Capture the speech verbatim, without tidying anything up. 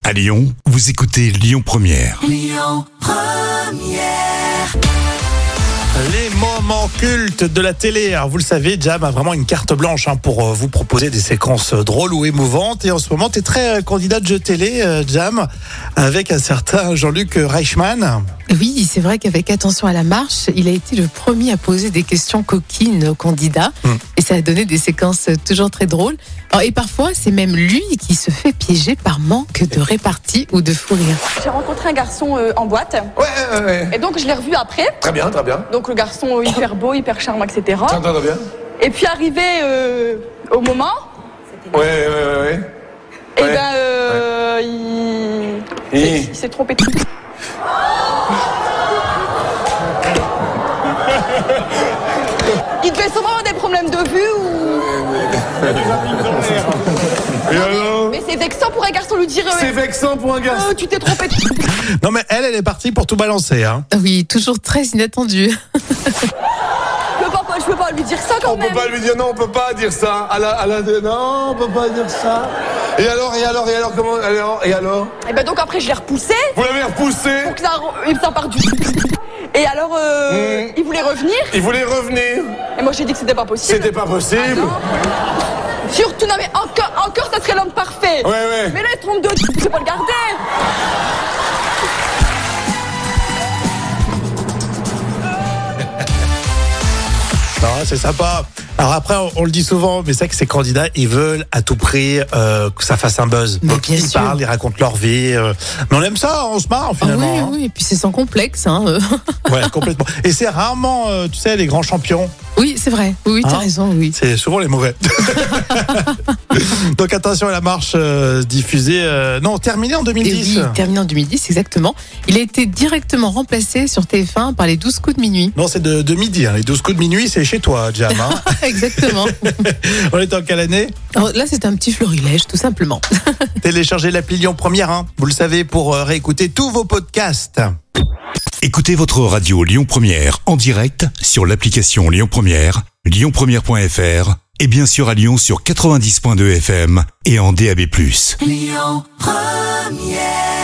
À Lyon, vous écoutez Lyon Première. Lyon Première. Les moments cultes de la télé. Alors vous le savez, Jam a vraiment une carte blanche hein, pour euh, vous proposer des séquences euh, drôles ou émouvantes. Et en ce moment, tu es très euh, candidat de jeu télé, euh, Jam, avec un certain Jean-Luc Reichmann. Oui, c'est vrai qu'avec Attention à la marche, il a été le premier à poser des questions coquines aux candidats. Mmh. Et ça a donné des séquences toujours très drôles. Alors, et parfois, c'est même lui qui se fait piéger par manque de répartie ou de fou rire. J'ai rencontré un garçon euh, en boîte. Ouais, ouais, ouais. Et donc, je l'ai revu après. Très bien, très bien. Donc, le garçon euh, hyper beau, hyper charmant, et cetera. Très, très, très bien. Et puis, arrivé euh, au moment. Ouais, ouais, ouais, ouais. Et ouais. ben, euh, il... Et... il s'est trompé de... Il devait sûrement avoir des problèmes de vue ou... Et alors ? Mais c'est vexant pour un garçon lui dire... Euh, c'est vexant pour un garçon. euh, tu t'es trompé de... Non mais elle, elle est partie pour tout balancer. Hein. Oui, toujours très inattendu. Je peux pas, je peux pas lui dire ça quand on même. On peut pas lui dire non, on peut pas dire ça. À la, à la, non, on peut pas dire ça. Et alors, et alors, et alors, comment, alors, et alors ? Et ben donc après je l'ai repoussé. Vous l'avez repoussé ? Pour que ça, il s'empare du... Et alors, euh, mmh. il voulait revenir. Il voulait revenir. Et moi j'ai dit que c'était pas possible. C'était pas possible. Ah, surtout, non mais encore, encore ça serait l'homme parfait. Ouais, ouais. Mais là il trompe de... Je peux pas le garder. Non, c'est sympa. Alors après, on, on le dit souvent, mais c'est vrai que ces candidats, ils veulent à tout prix euh, que ça fasse un buzz. Mais Donc bien ils sûr. parlent, ils racontent leur vie. Euh, mais on aime ça, on se marre finalement. Ah oui, hein. oui, et puis c'est sans complexe. Hein. Ouais, complètement. Et c'est rarement, euh, tu sais, les grands champions. Oui, c'est vrai. Oui, oui, t'as Hein raison, oui. C'est souvent les mauvais. Donc attention à la marche euh, diffusée, euh, non, terminée en deux mille dix. Et oui, terminé en deux mille dix, exactement. Il a été directement remplacé sur T F un par les douze coups de minuit. Non, c'est de, de midi. Hein. Les douze coups de minuit, c'est chez toi, Jam. Hein. Exactement. On est en quelle année ? Alors là, c'est un petit florilège, tout simplement. Téléchargez l'appli Lyon Première, hein, vous le savez, pour euh, réécouter tous vos podcasts. Écoutez votre radio Lyon Première en direct sur l'application Lyon Première, lyon première point f r et bien sûr à Lyon sur quatre-vingt-dix point deux F M et en D A B plus. Lyon Première.